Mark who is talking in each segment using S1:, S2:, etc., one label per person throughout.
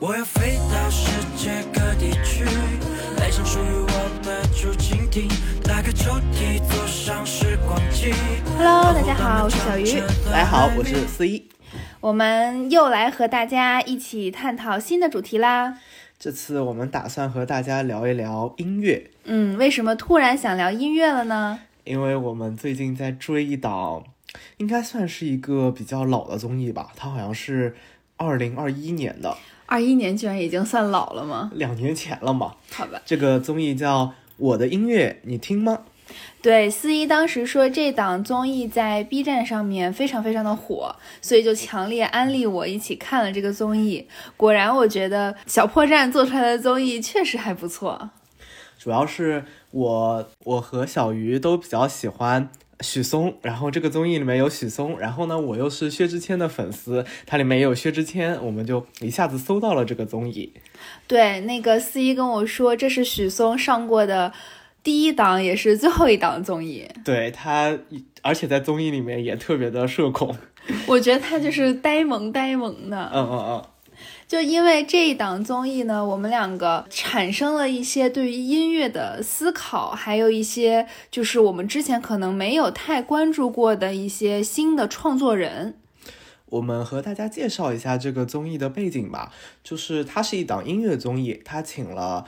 S1: 我要飞到世界各地去，带上属于我的竹蜻蜓，打开抽屉，坐上时光机。
S2: Hello， 大家好，我是小鱼。
S3: 大家好，我是思一。
S2: 我们又来和大家一起探讨新的主题啦。
S3: 这次我们打算和大家聊一聊音乐。
S2: 为什么突然想聊音乐了呢？
S3: 因为我们最近在追一档，应该算是一个比较老的综艺吧，它好像是2021年的。
S2: 21年居然已经算老了吗
S3: ？2年前了嘛。
S2: 好吧。
S3: 这个综艺叫《我的音乐你听吗》。
S2: 对，思一当时说这档综艺在 B 站上面非常非常的火，所以就强烈安利我一起看了这个综艺。果然我觉得小破站做出来的综艺确实还不错。
S3: 主要是我和小鱼都比较喜欢许嵩，然后这个综艺里面有许嵩，然后呢我又是薛之谦的粉丝，它里面也有薛之谦，我们就一下子搜到了这个综艺。
S2: 对，那个思一跟我说这是许嵩上过的第一档也是最后一档综艺。
S3: 对，他而且在综艺里面也特别的社恐。
S2: 我觉得他就是呆萌的。就因为这一档综艺呢，我们两个产生了一些对于音乐的思考，还有一些就是我们之前可能没有太关注过的一些新的创作人。
S3: 我们和大家介绍一下这个综艺的背景吧，就是它是一档音乐综艺，它请了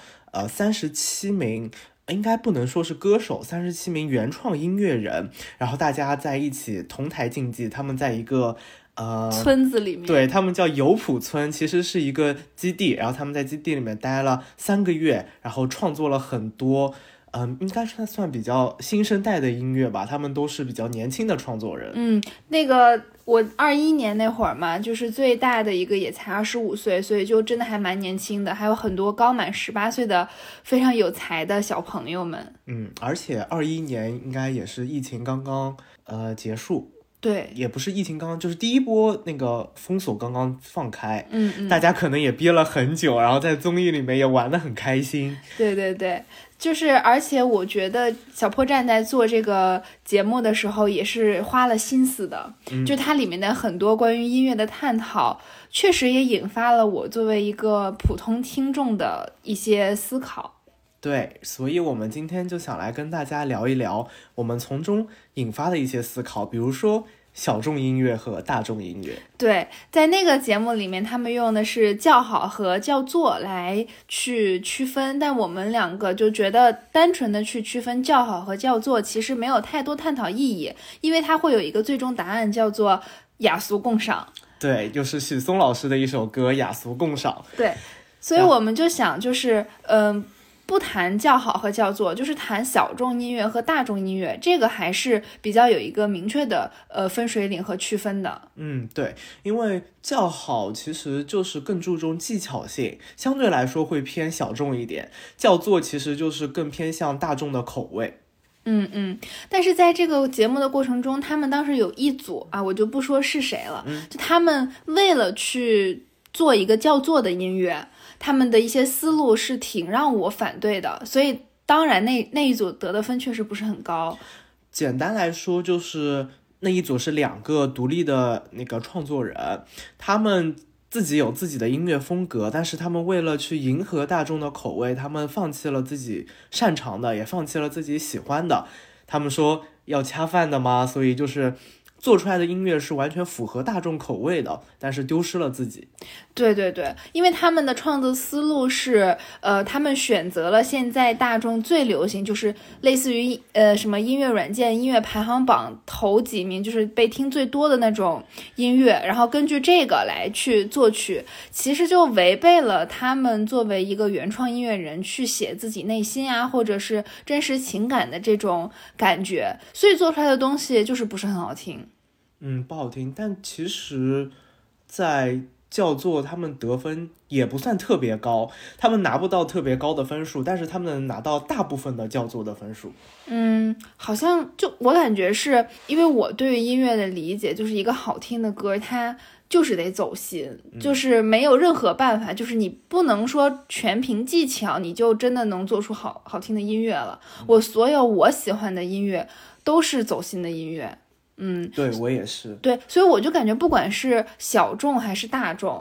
S3: 37名，应该不能说是歌手，37名原创音乐人，然后大家在一起同台竞技，他们在一个
S2: 村子里面，
S3: 对，他们叫油浦村，其实是一个基地，然后他们在基地里面待了3个月，然后创作了很多应该算比较新生代的音乐吧，他们都是比较年轻的创作人。
S2: 那个我21年那会儿嘛，就是最大的一个也才25岁，所以就真的还蛮年轻的，还有很多刚满18岁的非常有才的小朋友们。
S3: 而且21年应该也是疫情刚刚结束。
S2: 对，
S3: 也不是疫情刚刚，就是第一波那个封锁刚刚放开，大家可能也憋了很久，然后在综艺里面也玩得很开心。
S2: 对，就是而且我觉得小破站在做这个节目的时候也是花了心思的，就它里面的很多关于音乐的探讨，确实也引发了我作为一个普通听众的一些思考。
S3: 对，所以我们今天就想来跟大家聊一聊我们从中引发的一些思考，比如说小众音乐和大众音乐。
S2: 对，在那个节目里面他们用的是叫好和叫座来去区分，但我们两个就觉得单纯的去区分叫好和叫座其实没有太多探讨意义，因为它会有一个最终答案叫做雅俗共赏。
S3: 对，就是许嵩老师的一首歌《雅俗共赏》。
S2: 对，所以我们就想就是不谈叫好和叫座，就是谈小众音乐和大众音乐，这个还是比较有一个明确的分水岭和区分的。
S3: 对，因为叫好其实就是更注重技巧性，相对来说会偏小众一点，叫座其实就是更偏向大众的口味。
S2: 但是在这个节目的过程中，他们当时有一组啊，我就不说是谁了，就他们为了去做一个叫座的音乐，他们的一些思路是挺让我反对的，所以当然那一组得的分确实不是很高。
S3: 简单来说就是那一组是2个独立的那个创作人，他们自己有自己的音乐风格，但是他们为了去迎合大众的口味，他们放弃了自己擅长的，也放弃了自己喜欢的。他们说要恰饭的嘛，所以就是做出来的音乐是完全符合大众口味的，但是丢失了自己。
S2: 对，因为他们的创作思路是他们选择了现在大众最流行，就是类似于什么音乐软件音乐排行榜头几名，就是被听最多的那种音乐，然后根据这个来去作曲，其实就违背了他们作为一个原创音乐人去写自己内心啊或者是真实情感的这种感觉，所以做出来的东西就是不是很好听。
S3: 不好听，但其实在叫做他们得分也不算特别高，他们拿不到特别高的分数，但是他们能拿到大部分的叫做的分数。
S2: 好像就我感觉是因为我对于音乐的理解就是一个好听的歌它就是得走心，就是没有任何办法，就是你不能说全凭技巧你就真的能做出好听的音乐了。我所有我喜欢的音乐都是走心的音乐。
S3: 对，我也是。
S2: 对，所以我就感觉不管是小众还是大众，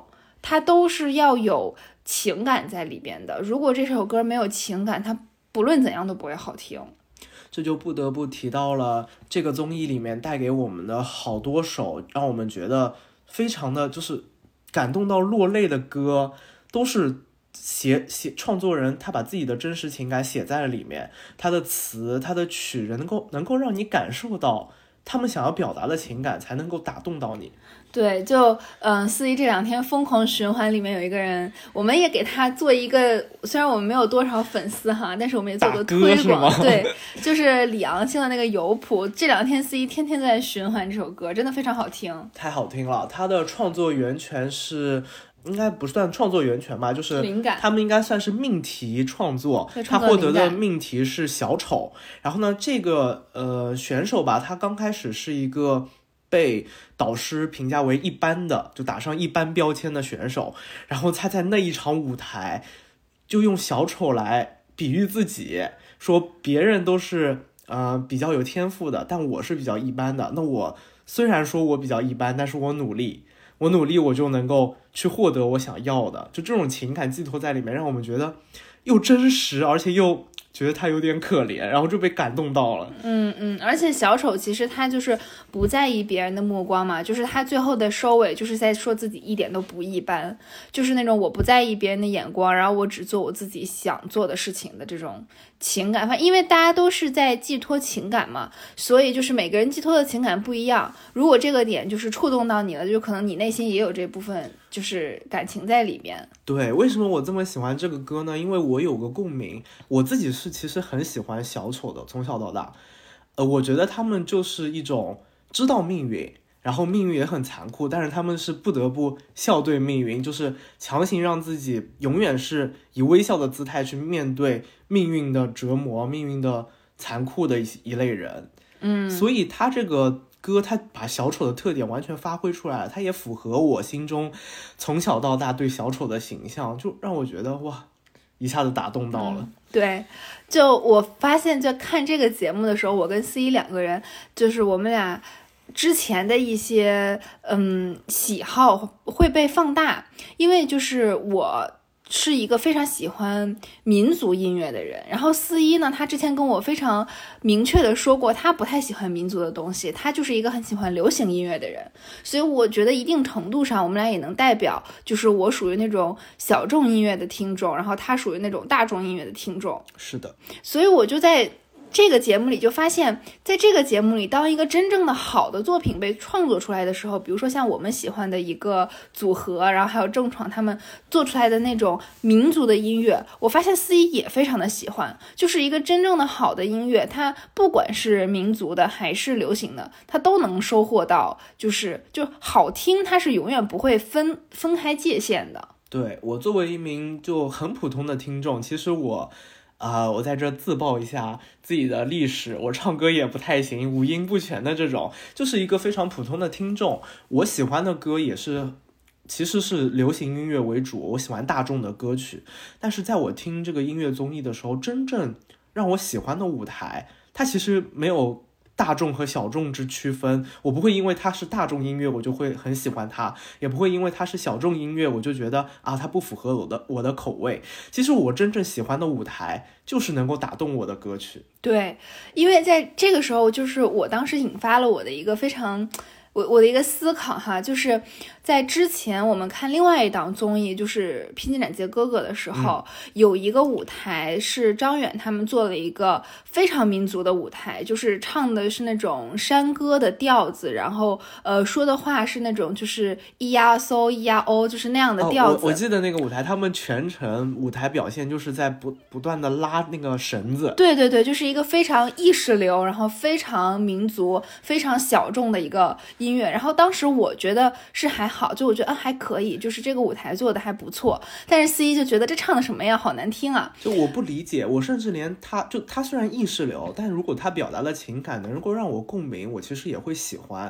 S2: 它都是要有情感在里边的。如果这首歌没有情感，它不论怎样都不会好听。
S3: 这就不得不提到了这个综艺里面带给我们的好多首让我们觉得非常的就是感动到落泪的歌，都是创作人他把自己的真实情感写在了里面，他的词他的曲能够让你感受到他们想要表达的情感，才能够打动到你。
S2: 对，就司仪这2天疯狂循环里面有一个人，我们也给他做一个，虽然我们没有多少粉丝哈，但是我们也做过推广。对，就是李昂星的那个油谱，这2天司仪天天在循环这首歌，真的非常好听，
S3: 太好听了。他的创作源泉是应该不算创作源泉吧，就是
S2: 灵感，
S3: 他们应该算是命题创作，他获得的命题是小丑。然后呢，这个选手吧，他刚开始是一个被导师评价为一般的，就打上一般标签的选手，然后他在那一场舞台就用小丑来比喻自己，说别人都是比较有天赋的，但我是比较一般的。那我虽然说我比较一般，但是我努力我就能够去获得我想要的，就这种情感寄托在里面，让我们觉得又真实，而且又觉得他有点可怜，然后就被感动到了。
S2: 而且小丑其实他就是不在意别人的目光嘛，就是他最后的收尾就是在说自己一点都不一般，就是那种我不在意别人的眼光，然后我只做我自己想做的事情的这种情感。因为大家都是在寄托情感嘛，所以就是每个人寄托的情感不一样，如果这个点就是触动到你了，就可能你内心也有这部分就是感情在里面。
S3: 对，为什么我这么喜欢这个歌呢？因为我有个共鸣，我自己是其实很喜欢小丑的，从小到大。我觉得他们就是一种知道命运，然后命运也很残酷，但是他们是不得不笑对命运，就是强行让自己永远是以微笑的姿态去面对命运的折磨，命运的残酷的一类人。所以他这个歌他把小丑的特点完全发挥出来了，他也符合我心中从小到大对小丑的形象，就让我觉得哇，一下子打动到了。
S2: 对，就我发现在看这个节目的时候，我跟司仪2个人，就是我们俩之前的一些喜好会被放大，因为就是我是一个非常喜欢民族音乐的人，然后司仪呢，他之前跟我非常明确的说过，他不太喜欢民族的东西，他就是一个很喜欢流行音乐的人，所以我觉得一定程度上我们俩也能代表，就是我属于那种小众音乐的听众，然后他属于那种大众音乐的听众。
S3: 是的，
S2: 所以我就在这个节目里就发现，在这个节目里，当一个真正的好的作品被创作出来的时候，比如说像我们喜欢的一个组合，然后还有郑闯他们做出来的那种民族的音乐，我发现司仪也非常的喜欢，就是一个真正的好的音乐，它不管是民族的还是流行的，它都能收获到，就好听，它是永远不会分开界限的。
S3: 对，我作为一名就很普通的听众，其实我在这自曝一下自己的历史，我唱歌也不太行，五音不全的这种，就是一个非常普通的听众。我喜欢的歌也是其实是流行音乐为主，我喜欢大众的歌曲。但是在我听这个音乐综艺的时候，真正让我喜欢的舞台，它其实没有大众和小众之区分，我不会因为它是大众音乐我就会很喜欢它，也不会因为它是小众音乐我就觉得它不符合我的口味。其实我真正喜欢的舞台就是能够打动我的歌曲。
S2: 对，因为在这个时候，就是我当时引发了我的一个非常我的一个思考哈，就是在之前我们看另外一档综艺，就是《披荆斩棘哥哥》的时候，有一个舞台是张远他们做了一个非常民族的舞台，就是唱的是那种山歌的调子，然后说的话是那种就是咿呀嗖咿呀哦，就是那样的调子。
S3: 我记得那个舞台，他们全程舞台表现就是在不断的拉那个绳子。
S2: 对对对，就是一个非常意识流，然后非常民族、非常小众的一个音乐。然后当时我觉得是还好，就我觉得还可以，就是这个舞台做的还不错。但是司仪就觉得这唱的什么呀，好难听啊！
S3: 就我不理解，我甚至连他虽然意识流，但如果他表达的情感能够让我共鸣，我其实也会喜欢。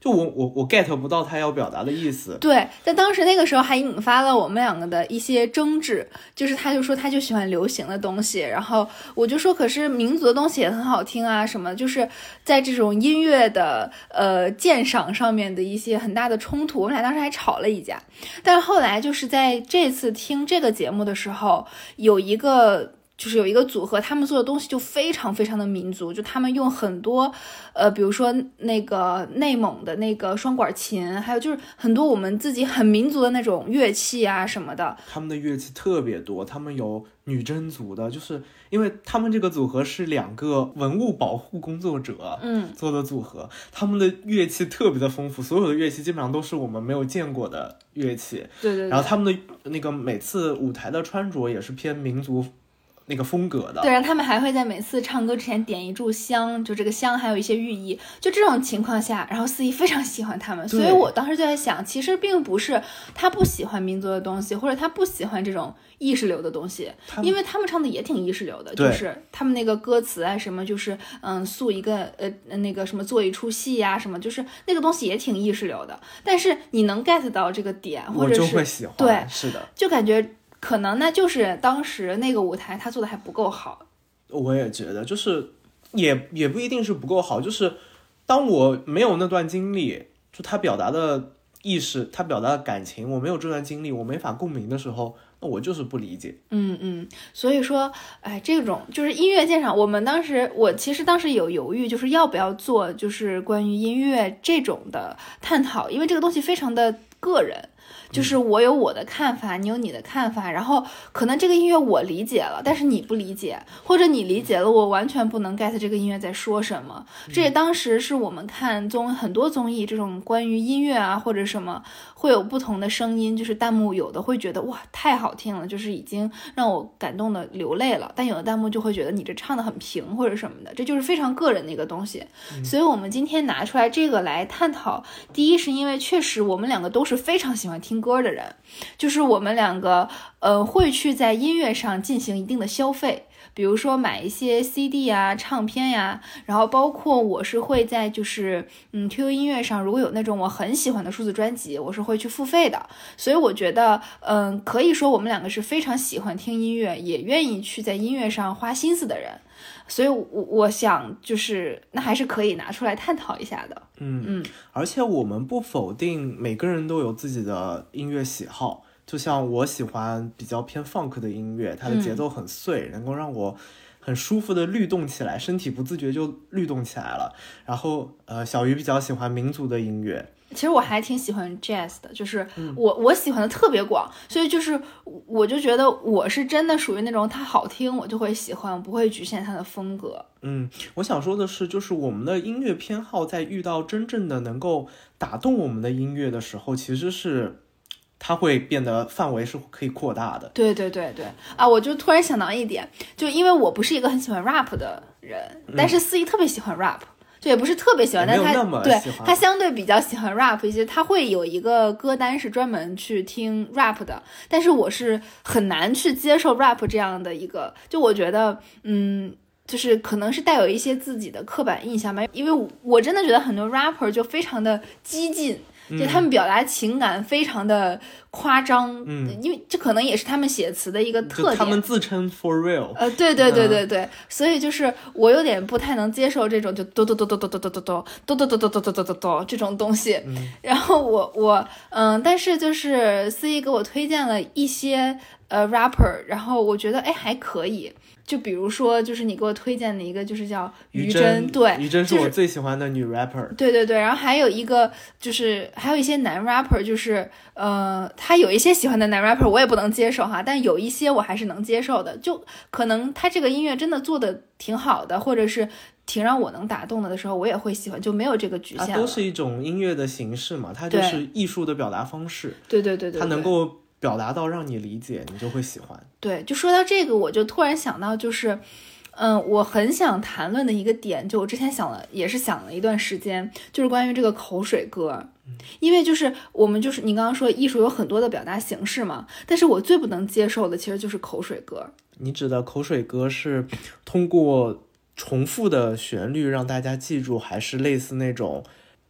S3: 就我 get 不到他要表达的意思。
S2: 对，在当时那个时候还引发了我们两个的一些争执，就是他就说他就喜欢流行的东西，然后我就说可是民族的东西也很好听啊什么，就是在这种音乐的鉴赏上面的一些很大的冲突，我们俩当时还吵了一架。但是后来就是在这次听这个节目的时候，有一个组合，他们做的东西就非常非常的民族，就他们用很多比如说那个内蒙的那个双管琴，还有就是很多我们自己很民族的那种乐器啊什么的。
S3: 他们的乐器特别多，他们有女真族的，就是因为他们这个组合是2个文物保护工作者做的组合，他们的乐器特别的丰富，所有的乐器基本上都是我们没有见过的乐器。
S2: 对对对。
S3: 然后他们的那个每次舞台的穿着也是偏民族那个风格的。
S2: 对，然后他们还会在每次唱歌之前点一炷香，就这个香还有一些寓意。就这种情况下，然后司仪非常喜欢他们，所以我当时就在想，其实并不是他不喜欢民族的东西，或者他不喜欢这种意识流的东西，因为他们唱的也挺意识流的，就是他们那个歌词啊什么，就是塑一个那个什么做一出戏啊什么，就是那个东西也挺意识流的。但是你能 get 到这个点，或者是
S3: 我就会喜欢。
S2: 对，
S3: 是的，
S2: 就感觉可能那就是当时那个舞台他做的还不够好。
S3: 我也觉得，就是也不一定是不够好，就是当我没有那段经历，就他表达的意识，他表达的感情，我没有这段经历，我没法共鸣的时候，那我就是不理解。
S2: 所以说，哎，这种就是音乐鉴赏，我其实当时有犹豫，就是要不要做就是关于音乐这种的探讨，因为这个东西非常的个人。就是我有我的看法，你有你的看法，然后可能这个音乐我理解了，但是你不理解，或者你理解了，我完全不能 get 这个音乐在说什么。这也当时是我们看很多综艺这种关于音乐啊或者什么会有不同的声音，就是弹幕有的会觉得哇太好听了，就是已经让我感动的流泪了，但有的弹幕就会觉得你这唱的很平或者什么的，这就是非常个人的一个东西。所以我们今天拿出来这个来探讨，第一是因为确实我们两个都是非常喜欢听歌的人，就是我们两个会去在音乐上进行一定的消费，比如说买一些 CD 啊唱片呀，然后包括我是会在就是QQ 音乐上如果有那种我很喜欢的数字专辑，我是会去付费的。所以我觉得可以说我们两个是非常喜欢听音乐，也愿意去在音乐上花心思的人，所以我想就是那还是可以拿出来探讨一下的。
S3: 而且我们不否定每个人都有自己的音乐喜好，就像我喜欢比较偏 funk 的音乐，它的节奏很碎，能够让我很舒服的律动起来，身体不自觉就律动起来了。然后小鱼比较喜欢民族的音乐，
S2: 其实我还挺喜欢 jazz 的，就是我喜欢的特别广，所以就是我就觉得我是真的属于那种它好听我就会喜欢，不会局限它的风格。
S3: 我想说的是，就是我们的音乐偏好在遇到真正的能够打动我们的音乐的时候，其实是它会变得范围是可以扩大的。
S2: 对啊，我就突然想到一点，就因为我不是一个很喜欢 rap 的人，但是司仪特别喜欢 rap，就也不是特别喜欢，但他相对比较喜欢 rap 一些，他会有一个歌单是专门去听 rap 的，但是我是很难去接受 rap 这样的一个，就我觉得就是可能是带有一些自己的刻板印象吧，因为我真的觉得很多 rapper 就非常的激进，就他们表达情感非常的夸张，因为这可能也是他们写词的一个特点，
S3: 他们自称 for real，
S2: 对，所以就是我有点不太能接受这种就哆哆哆哆哆哆哆哆哆哆哆哆哆哆哆哆哆这种东西。然后我但是就是司仪给我推荐了一些rapper， 然后我觉得还可以。就比如说，就是你给我推荐的一个，就是叫于真，对，
S3: 于真是我最喜欢的女 rapper，
S2: 对，然后还有一个就是还有一些男 rapper， 就是他有一些喜欢的男 rapper 我也不能接受哈，但有一些我还是能接受的，就可能他这个音乐真的做的挺好的，或者是挺让我能打动的时候，我也会喜欢，就没有这个局限了。
S3: 它都是一种音乐的形式嘛，它就是艺术的表达方式，
S2: 对，
S3: 它能够表达到让你理解，你就会喜欢。
S2: 对，就说到这个，我就突然想到，就是我很想谈论的一个点，就我之前也是想了一段时间，就是关于这个口水歌。因为就是我们就是你刚刚说艺术有很多的表达形式嘛，但是我最不能接受的其实就是口水歌。
S3: 你指的口水歌是通过重复的旋律让大家记住，还是类似那种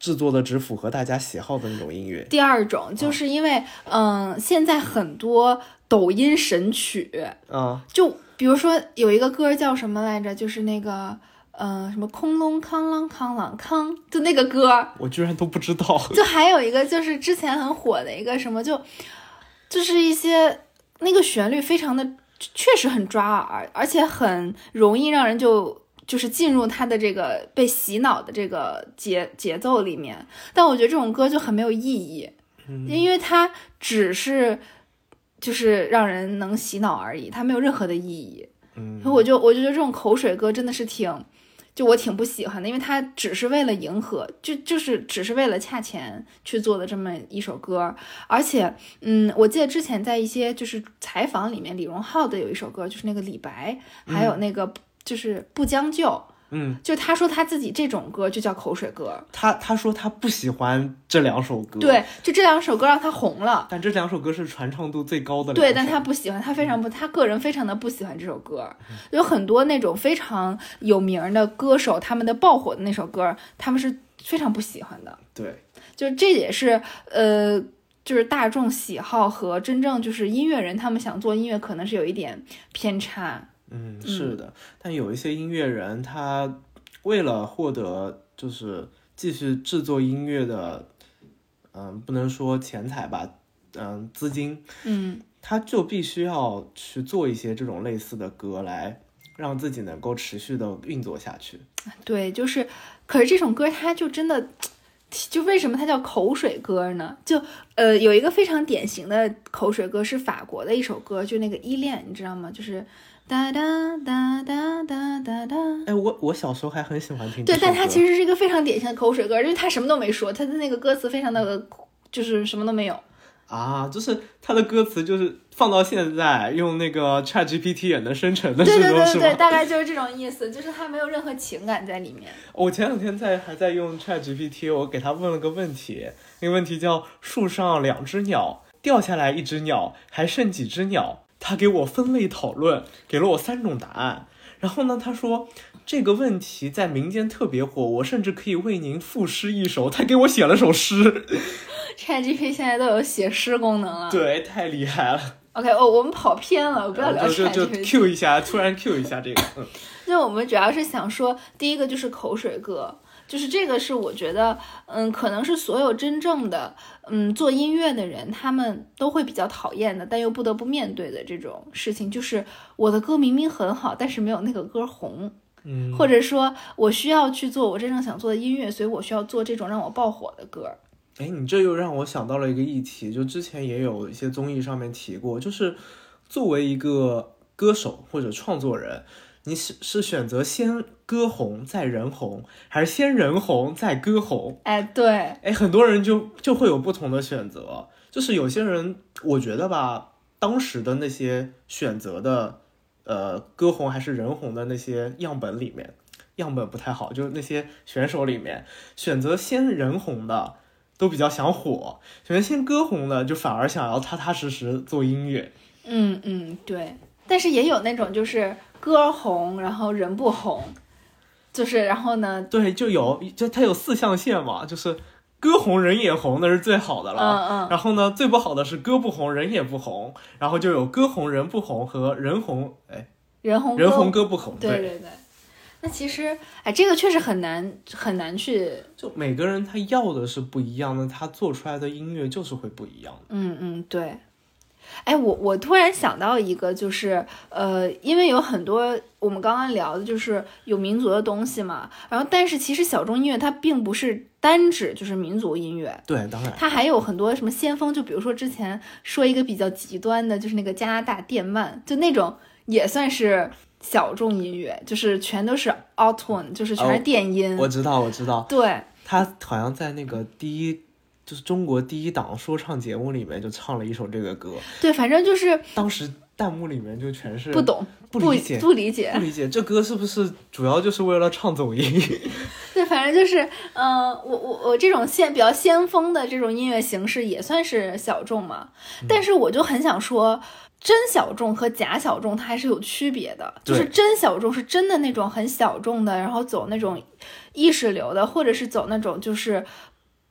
S3: 制作的只符合大家喜好的那种音乐。
S2: 第二种就是因为现在很多抖音神曲就比如说有一个歌叫什么来着，就是那个什么空隆康啷康啷康，就那个歌
S3: 我居然都不知道。
S2: 就还有一个就是之前很火的一个什么，就是一些那个旋律非常的确实很抓耳，而且很容易让人就是进入他的这个被洗脑的这个节奏里面。但我觉得这种歌就很没有意义，因为它只是就是让人能洗脑而已，它没有任何的意义。所以我就觉得这种口水歌真的是我挺不喜欢的，因为它只是为了迎合，就是只是为了恰钱去做的这么一首歌。而且我记得之前在一些就是采访里面，李荣浩的有一首歌，就是那个李白，还有那个就是不将就，就他说他自己这种歌就叫口水歌。
S3: 他说他不喜欢这两首歌，
S2: 对，就这两首歌让他红了，
S3: 但这两首歌是传唱度最高的。
S2: 对，但他不喜欢，他个人非常的不喜欢这首歌。有很多那种非常有名的歌手，他们的爆火的那首歌，他们是非常不喜欢的。
S3: 对，
S2: 就这也是就是大众喜好和真正就是音乐人他们想做音乐可能是有一点偏差。
S3: 是的，但有一些音乐人他为了获得就是继续制作音乐的不能说钱财吧，资金，他就必须要去做一些这种类似的歌来让自己能够持续的运作下去。
S2: 对，就是可是这种歌它就真的就为什么它叫口水歌呢？就有一个非常典型的口水歌是法国的一首歌，就那个依恋，你知道吗？就是哒哒哒哒哒哒哒。
S3: 哎，我小时候还很喜欢听这首歌。
S2: 对，但它其实是一个非常典型的口水歌，因为它什么都没说，它的那个歌词非常的就是什么都没有
S3: 啊，就是它的歌词就是放到现在用那个 ChatGPT 也能生成的这种，是吗？
S2: 对，大概就是这种意思，就是它没有任何情感在里面。
S3: 我前两天还在用 ChatGPT， 我给他问了个问题，那个问题叫树上两只鸟，掉下来一只鸟，还剩几只鸟？他给我分类讨论，给了我3种答案。然后呢，他说这个问题在民间特别火，我甚至可以为您赋诗一首。他给我写了首诗。
S2: ChatGPT 现在都有写诗功能了，
S3: 对，太厉害了。
S2: OK， 我们跑偏了，不要聊 ChatGPT。
S3: 就 Q 一下，突然 Q 一下这个。
S2: 就我们主要是想说，第一个就是口水歌。就是这个是我觉得可能是所有真正的做音乐的人他们都会比较讨厌的，但又不得不面对的这种事情，就是我的歌明明很好，但是没有那个歌红，或者说我需要去做我真正想做的音乐，所以我需要做这种让我爆火的歌。
S3: 哎，你这又让我想到了一个议题，就之前也有一些综艺上面提过，就是作为一个歌手或者创作人，你是选择先歌红再人红，还是先人红再歌红？
S2: 哎，对，
S3: 哎，很多人就会有不同的选择。就是有些人，我觉得吧，当时的那些选择的歌红还是人红的那些样本里面，样本不太好，就是那些选手里面，选择先人红的都比较想火，选择先歌红的就反而想要踏踏实实做音乐。
S2: 对。但是也有那种就是歌红然后人不红，就是然后呢，
S3: 对，就它有4象限嘛，就是歌红人也红那是最好的了，然后呢最不好的是歌不红人也不红，然后就有歌红人不红和人红人红歌不红。
S2: 对。那其实这个确实很难去，
S3: 就每个人他要的是不一样的，他做出来的音乐就是会不一样的。
S2: 对。哎，我突然想到一个，就是因为有很多我们刚刚聊的就是有民族的东西嘛，然后但是其实小众音乐它并不是单指就是民族音乐，
S3: 对，当然
S2: 它还有很多什么先锋，就比如说之前说一个比较极端的，就是那个加拿大电鳗，就那种也算是小众音乐，就是全都是 auto-tune， 就是全是电音。
S3: 我知道。
S2: 对，
S3: 他好像在那个就是中国第一档说唱节目里面就唱了一首这个歌。
S2: 对，反正就是
S3: 当时弹幕里面就全是
S2: 不懂、
S3: 不理解这歌是不是主要就是为了唱走音？
S2: 对，反正就是我这种比较先锋的这种音乐形式也算是小众嘛，但是我就很想说，真小众和假小众它还是有区别的，就是真小众是真的那种很小众的，然后走那种意识流的，或者是走那种就是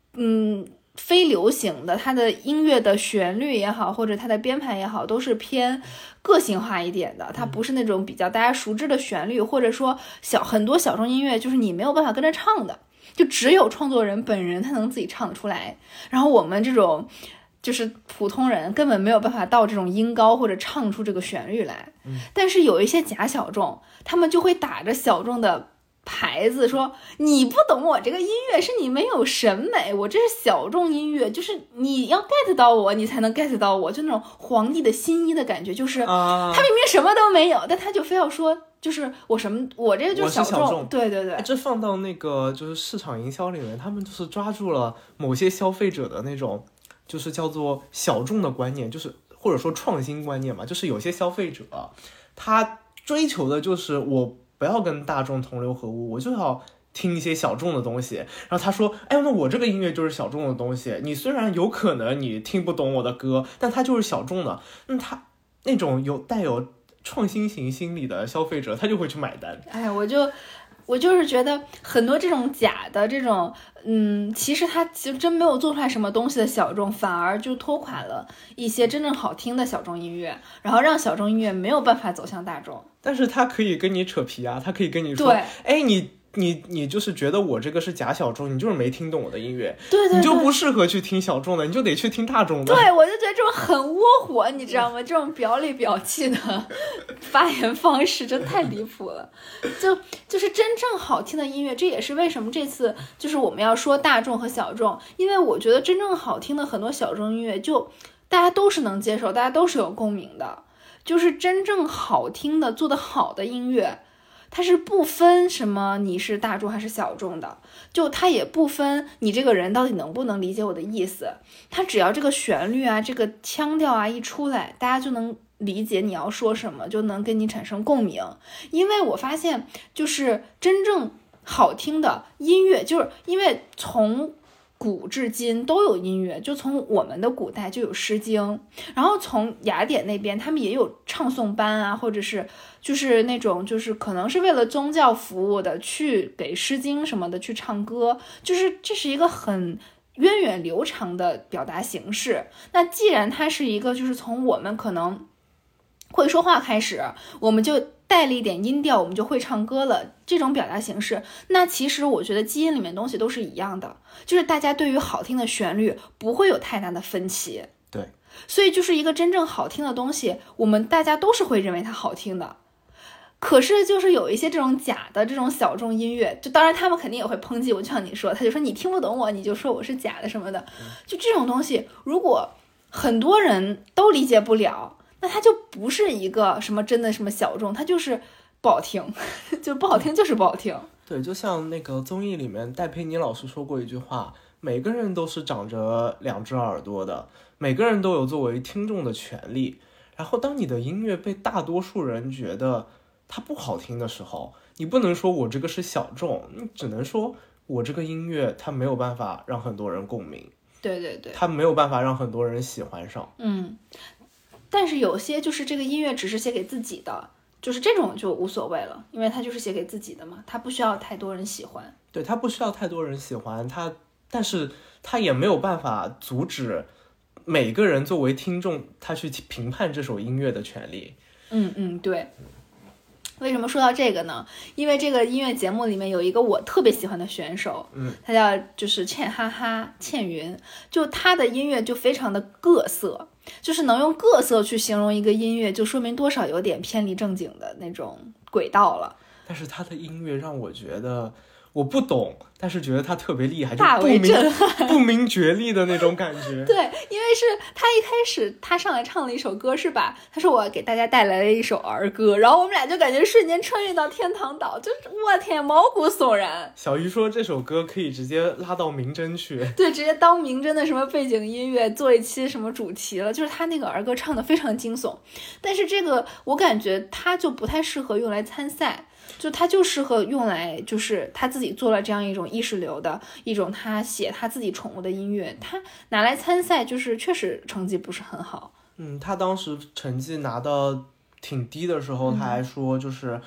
S2: 非流行的，它的音乐的旋律也好，或者它的编排也好，都是偏个性化一点的，它不是那种比较大家熟知的旋律，或者说很多小众音乐就是你没有办法跟着唱的，就只有创作人本人他能自己唱得出来，然后我们这种就是普通人根本没有办法到这种音高或者唱出这个旋律来。但是有一些假小众，他们就会打着小众的牌子说你不懂我这个音乐，是你没有审美，我这是小众音乐，就是你要 get 到我你才能 get 到我，就那种皇帝的新衣的感觉，就是他明明什么都没有，但他就非要说就是我这个就是
S3: 小众。
S2: 对对对，
S3: 这放到那个就是市场营销里面，他们就是抓住了某些消费者的那种就是叫做小众的观念，就是或者说创新观念嘛，就是有些消费者他追求的就是我不要跟大众同流合污，我就要听一些小众的东西。然后他说那我这个音乐就是小众的东西，你虽然有可能你听不懂我的歌，但它就是小众的，那他那种带有创新型心理的消费者他就会去买单。
S2: 我就是觉得很多这种假的这种其实他其实真没有做出来什么东西的小众，反而就拖垮了一些真正好听的小众音乐，然后让小众音乐没有办法走向大众。
S3: 但是他可以跟你扯皮啊，他可以跟你说你就是觉得我这个是假小众，你就是没听懂我的音乐，
S2: 对，
S3: 你就不适合去听小众的，你就得去听大众的。
S2: 对，我就觉得这种很窝火，你知道吗？这种表里表气的发言方式真太离谱了。就是真正好听的音乐，这也是为什么这次就是我们要说大众和小众，因为我觉得真正好听的很多小众音乐，就大家都是能接受，大家都是有共鸣的，就是真正好听的做得好的音乐。它是不分什么你是大众还是小众的，就它也不分你这个人到底能不能理解我的意思，它只要这个旋律啊这个腔调啊一出来，大家就能理解你要说什么，就能跟你产生共鸣。因为我发现就是真正好听的音乐，就是因为从古至今都有音乐，就从我们的古代就有诗经，然后从雅典那边他们也有唱诵班啊，或者是就是那种就是可能是为了宗教服务的，去给诗经什么的去唱歌，就是这是一个很源远流长的表达形式。那既然它是一个就是从我们可能会说话开始，我们就带了一点音调，我们就会唱歌了，这种表达形式，那其实我觉得基因里面东西都是一样的，就是大家对于好听的旋律不会有太大的分歧。
S3: 对，
S2: 所以就是一个真正好听的东西，我们大家都是会认为它好听的。可是就是有一些这种假的这种小众音乐，就当然他们肯定也会抨击我，就像你说，他就说你听不懂我，你就说我是假的什么的，就这种东西如果很多人都理解不了，那它就不是一个什么真的什么小众，它就是不好听，就不好听就是不好听。
S3: 对，就像那个综艺里面戴佩妮老师说过一句话，每个人都是长着两只耳朵的，每个人都有作为听众的权利。然后当你的音乐被大多数人觉得它不好听的时候，你不能说我这个是小众，你只能说我这个音乐它没有办法让很多人共鸣。
S2: 对对对，
S3: 它没有办法让很多人喜欢上。
S2: 但是有些就是这个音乐只是写给自己的，就是这种就无所谓了，因为它就是写给自己的嘛，它不需要太多人喜欢。
S3: 对，它不需要太多人喜欢它，但是它也没有办法阻止每个人作为听众他去评判这首音乐的权利。
S2: 对。为什么说到这个呢？因为这个音乐节目里面有一个我特别喜欢的选手，他叫就是倩云，就他的音乐就非常的各色，就是能用各色去形容一个音乐，就说明多少有点偏离正经的那种轨道了。
S3: 但是他的音乐让我觉得我不懂，但是觉得他特别厉害，
S2: 大为震撼，
S3: 不明觉厉的那种感觉。
S2: 对，因为是他一开始他上来唱了一首歌是吧？他说我给大家带来了一首儿歌，然后我们俩就感觉瞬间穿越到天堂岛，就是我天，毛骨悚然。
S3: 小鱼说这首歌可以直接拉到明侦去，
S2: 对，直接当明侦的什么背景音乐做一期什么主题了，就是他那个儿歌唱的非常惊悚，但是这个我感觉他就不太适合用来参赛。就他就适合用来，就是他自己做了这样一种意识流的一种，他写他自己宠物的音乐，他拿来参赛，就是确实成绩不是很好。
S3: 他当时成绩拿到挺低的时候，他还说就是，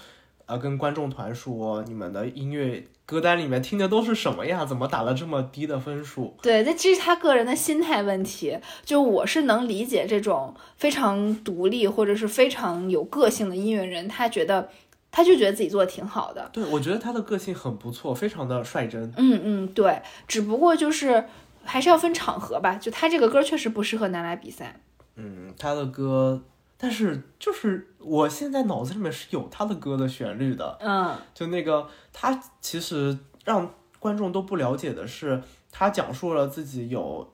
S3: 跟观众团说你们的音乐歌单里面听的都是什么呀？怎么打了这么低的分数？
S2: 对，那这是他个人的心态问题。就我是能理解这种非常独立或者是非常有个性的音乐人，他就觉得自己做的挺好的。
S3: 对，我觉得他的个性很不错，非常的率真。
S2: 对，只不过就是还是要分场合吧。就他这个歌确实不适合拿来比赛。
S3: 他的歌，但是就是我现在脑子里面是有他的歌的旋律的。就那个他其实让观众都不了解的是，他讲述了自己有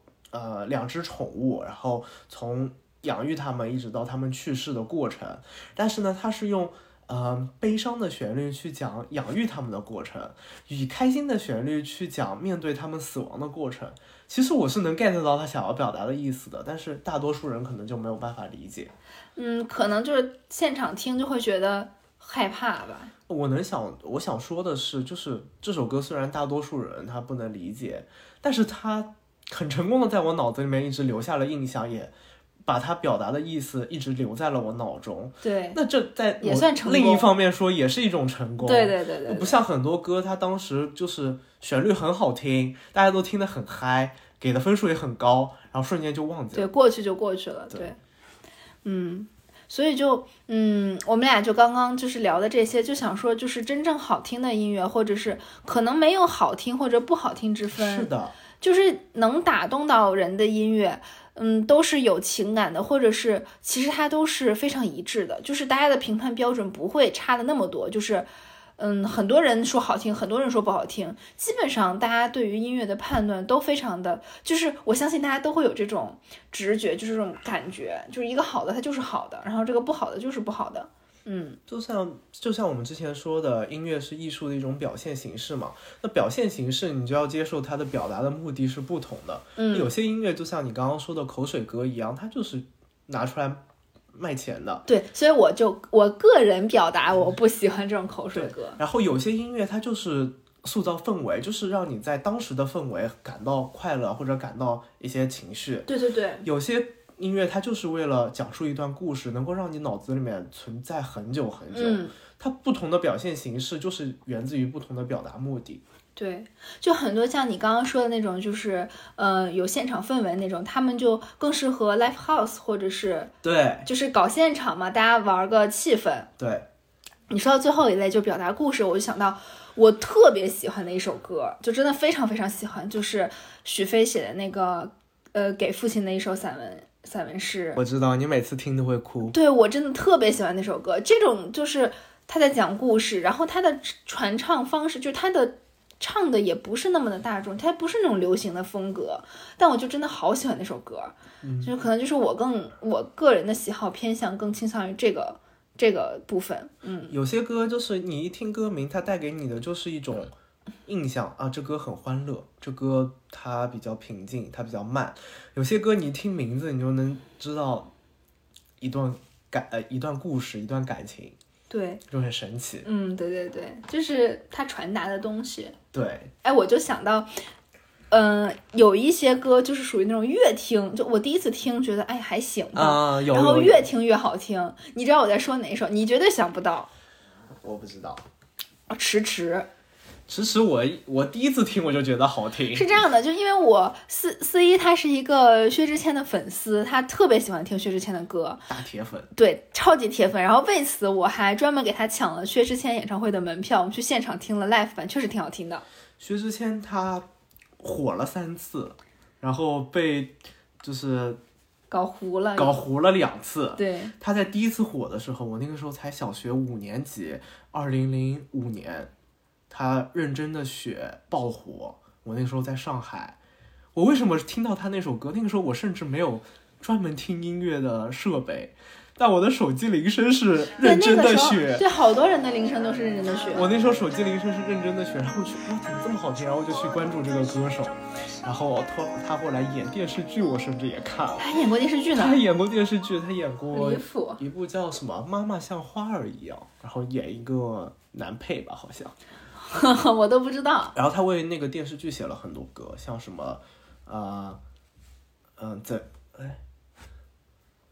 S3: 2只宠物，然后从养育他们一直到他们去世的过程，但是呢，他是用悲伤的旋律去讲养育他们的过程，以开心的旋律去讲面对他们死亡的过程。其实我是能 get 到他想要表达的意思的，但是大多数人可能就没有办法理解。
S2: 可能就是现场听就会觉得害怕吧。
S3: 我想说的是，就是这首歌虽然大多数人他不能理解，但是他很成功的在我脑子里面一直留下了印象，也把他表达的意思一直留在了我脑中。
S2: 对，
S3: 那这在
S2: 也算成功。
S3: 另一方面说也是一种成功。
S2: 对，
S3: 不像很多歌，他当时就是旋律很好听，大家都听得很嗨，给的分数也很高，然后瞬间就忘记了。
S2: 对，过去就过去了。对，所以就我们俩就刚刚就是聊的这些，就想说，就是真正好听的音乐，或者是可能没有好听或者不好听之分。
S3: 是的，
S2: 就是能打动到人的音乐，都是有情感的，或者是其实它都是非常一致的，就是大家的评判标准不会差的那么多，就是很多人说好听，很多人说不好听，基本上大家对于音乐的判断都非常的，就是我相信大家都会有这种直觉，就是这种感觉，就是一个好的它就是好的，然后这个不好的就是不好的。
S3: 就像我们之前说的，音乐是艺术的一种表现形式嘛。那表现形式，你就要接受它的表达的目的是不同的。有些音乐就像你刚刚说的口水歌一样，它就是拿出来卖钱的。
S2: 对，所以我个人表达我不喜欢这种口水歌。
S3: 然后有些音乐它就是塑造氛围，就是让你在当时的氛围感到快乐或者感到一些情绪。
S2: 对，
S3: 有些音乐它就是为了讲述一段故事，能够让你脑子里面存在很久很久。它不同的表现形式就是源自于不同的表达目的。
S2: 对，就很多像你刚刚说的那种，就是有现场氛围那种，他们就更适合 live house 或者是
S3: 对，
S2: 就是搞现场嘛，大家玩个气氛。
S3: 对，
S2: 你说到最后一类就表达故事，我就想到我特别喜欢的一首歌，就真的非常非常喜欢，就是许飞写的那个给父亲的一首散文诗。
S3: 我知道你每次听都会哭。
S2: 对，我真的特别喜欢那首歌，这种就是他在讲故事，然后他的传唱方式，就是他的唱的也不是那么的大众，他不是那种流行的风格，但我就真的好喜欢那首歌。就是可能就是我个人的喜好偏向更倾向于这个部分。
S3: 有些歌就是你一听歌名，它带给你的就是一种印象啊，这歌很欢乐，这歌它比较平静，它比较慢。有些歌你一听名字，你就能知道一段故事，一段感情。
S2: 对，
S3: 就很神奇。
S2: 对，就是它传达的东西。
S3: 对，
S2: 我就想到，有一些歌就是属于那种越听，就我第一次听觉得还行吧，然后越听越好听。你知道我在说哪一首？你绝对想不到。
S3: 我不知道。
S2: 迟迟，
S3: 我第一次听我就觉得好听。
S2: 是这样的，就因为我四一他是一个薛之谦的粉丝，他特别喜欢听薛之谦的歌，
S3: 大铁粉。
S2: 对，超级铁粉。然后为此我还专门给他抢了薛之谦演唱会的门票，我们去现场听了 live 版，确实挺好听的。
S3: 薛之谦他火了3次，然后被就是
S2: 搞糊了
S3: 2次。
S2: 对，
S3: 他在第一次火的时候，我那个时候才小学5年级，2005年。他认真的雪爆火，我那时候在上海。我为什么听到他那首歌？那个时候我甚至没有专门听音乐的设备，但我的手机铃声是认真的雪。
S2: 对，好多人的铃声都是认真的雪。
S3: 我那时候手机铃声是认真的雪，然后我觉得怎么这么好听，然后我就去关注这个歌手。然后他后来演电视剧，我甚至也看了。
S2: 他演过电视剧呢？
S3: 他演过电视剧，他演过
S2: 一
S3: 部叫什么《妈妈像花儿一样》，然后演一个男配吧，好像。
S2: 我都不知道。
S3: 然后他为那个电视剧写了很多歌，像什么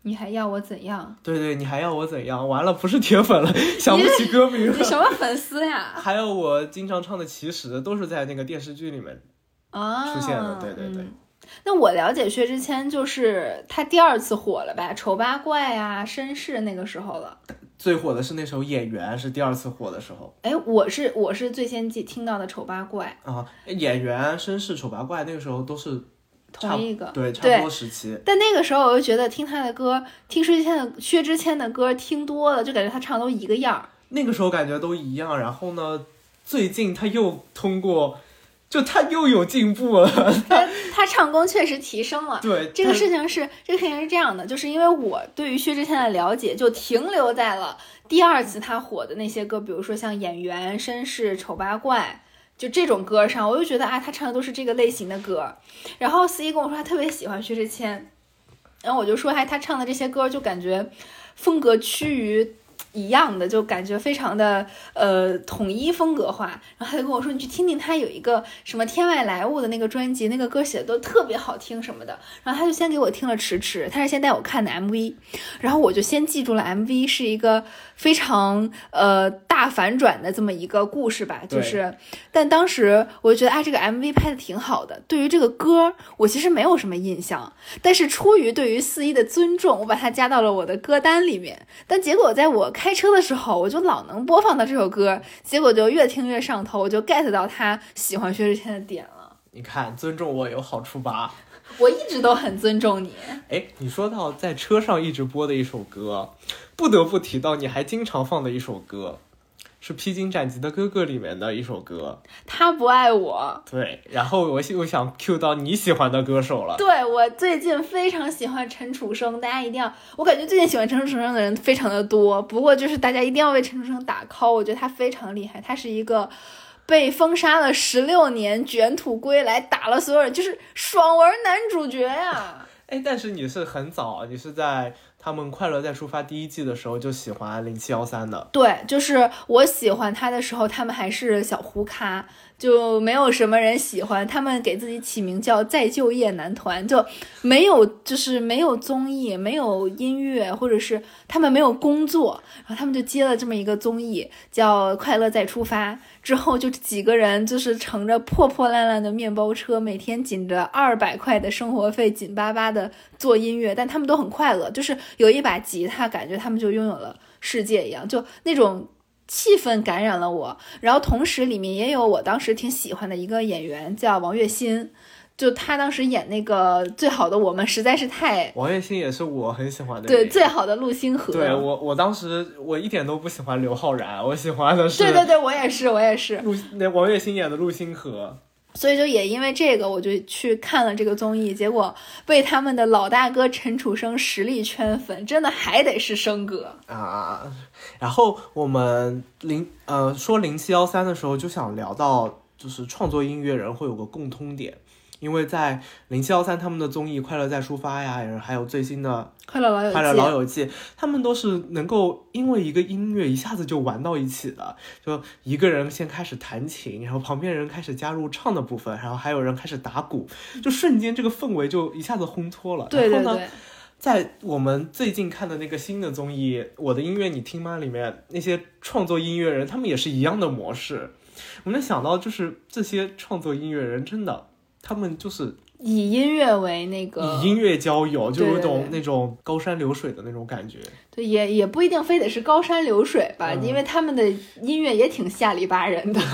S2: 你还要我怎样？
S3: 对对，你还要我怎样？完了，不是铁粉了，想不起歌名了。
S2: 你什么粉丝呀？
S3: 还有我经常唱的《其实》，都是在那个电视剧里面出现的。对对对。
S2: 那我了解薛之谦就是他第2次火了吧？丑八怪啊，绅士那个时候了。
S3: 最火的是那首《演员》，是第2次火的时候。
S2: 哎，我是最先听到的丑八怪
S3: 啊，演员、绅士、丑八怪那个时候都是
S2: 同一个，
S3: 对，差不多时期。
S2: 但那个时候我就觉得听他的歌，听薛之谦的歌听多了，就感觉他唱都一个样。
S3: 那个时候感觉都一样，然后呢，最近他又通过。就他又有进步了，
S2: 他唱功确实提升了。
S3: 对，
S2: 这个事情是这样的，就是因为我对于薛之谦的了解就停留在了第2次他火的那些歌，比如说像演员、绅士、丑八怪，就这种歌上，我就觉得啊，他唱的都是这个类型的歌。然后司仪跟我说他特别喜欢薛之谦，然后我就说他唱的这些歌就感觉风格趋于一样的，就感觉非常的统一风格化。然后他就跟我说，你去听听他有一个什么天外来物的那个专辑，那个歌写的都特别好听什么的。然后他就先给我听了迟迟，他是先带我看的 MV， 然后我就先记住了 MV 是一个非常大反转的这么一个故事吧，就是但当时我就觉得这个 MV 拍的挺好的。对于这个歌我其实没有什么印象，但是出于对于司仪的尊重，我把它加到了我的歌单里面。但结果在我开车的时候，我就老能播放到这首歌，结果就越听越上头，我就 get 到他喜欢薛之谦的点了。
S3: 你看，尊重我有好处吧？
S2: 我一直都很尊重你。
S3: 哎，你说到在车上一直播的一首歌，不得不提到你还经常放的一首歌，是《披荆斩棘的哥哥》里面的一首歌。
S2: 他不爱我。
S3: 对，然后我又想 cue 到你喜欢的歌手了。
S2: 对，我最近非常喜欢陈楚生，大家一定要，我感觉最近喜欢陈楚生的人非常的多，不过就是大家一定要为陈楚生打 call， 我觉得他非常厉害，他是一个被封杀了16年，卷土归来，打了所有人，就是爽文男主角呀。
S3: 哎，但是你是很早，你是在他们《快乐再出发》第1季的时候就喜欢0713的。
S2: 对，就是我喜欢他的时候，他们还是小胡咖，就没有什么人喜欢。他们给自己起名叫再就业男团，就没有综艺，没有音乐，或者是他们没有工作，然后他们就接了这么一个综艺叫《快乐再出发》。之后就几个人就是乘着破破烂烂的面包车，每天紧着200块的生活费，紧巴巴的做音乐，但他们都很快乐，就是有一把吉他，感觉他们就拥有了世界一样，就那种气氛感染了我。然后同时里面也有我当时挺喜欢的一个演员叫王栎鑫，就他当时演那个最好的我们实在是太，
S3: 王栎鑫也是我很喜欢的。
S2: 对，最好的陆星河。
S3: 对，我当时我一点都不喜欢刘昊然，我喜欢的是
S2: 对，我也是
S3: 那王栎鑫演的陆星河。
S2: 所以就也因为这个，我就去看了这个综艺，结果被他们的老大哥陈楚生实力圈粉，真的还得是生哥
S3: 啊。然后我们说0713的时候，就想聊到就是创作音乐人会有个共通点。因为在0713他们的综艺《快乐再出发》呀，还有最新的《快乐老友记》，他们都是能够因为一个音乐一下子就玩到一起的。就一个人先开始弹琴，然后旁边人开始加入唱的部分，然后还有人开始打鼓，就瞬间这个氛围就一下子烘托了。
S2: 对，
S3: 然后呢，在我们最近看的那个新的综艺《我的音乐你听吗》里面，那些创作音乐人他们也是一样的模式。我们能想到，就是这些创作音乐人真的。他们就是
S2: 以音乐为以
S3: 音乐交友，就有一种那种高山流水的那种感觉。
S2: 对，也不一定非得是高山流水吧，因为他们的音乐也挺下里巴人的。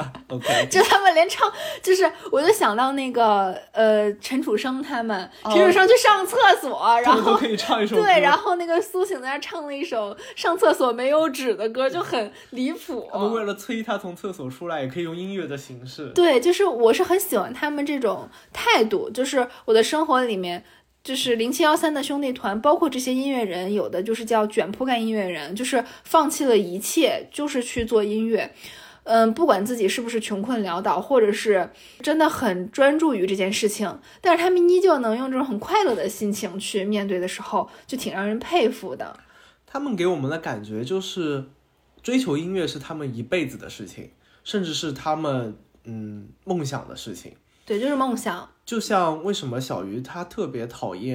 S3: OK，
S2: 就他们连唱，就是我就想到那个陈楚生他们，陈楚生去上厕所，然后
S3: 都可以唱一首歌。
S2: 对，然后那个苏醒在那唱了一首上厕所没有纸的歌，就很离谱。
S3: 他们为了催他从厕所出来，也可以用音乐的形式。
S2: 对，就是我是很喜欢他们这种态度，就是我的生活里面。就是0713的兄弟团，包括这些音乐人，有的就是叫卷铺盖音乐人，就是放弃了一切，就是去做音乐。不管自己是不是穷困潦倒，或者是真的很专注于这件事情，但是他们依旧能用这种很快乐的心情去面对的时候，就挺让人佩服的。
S3: 他们给我们的感觉就是追求音乐是他们一辈子的事情，甚至是他们梦想的事情。
S2: 对，就是梦想。
S3: 就像为什么小鱼他特别讨厌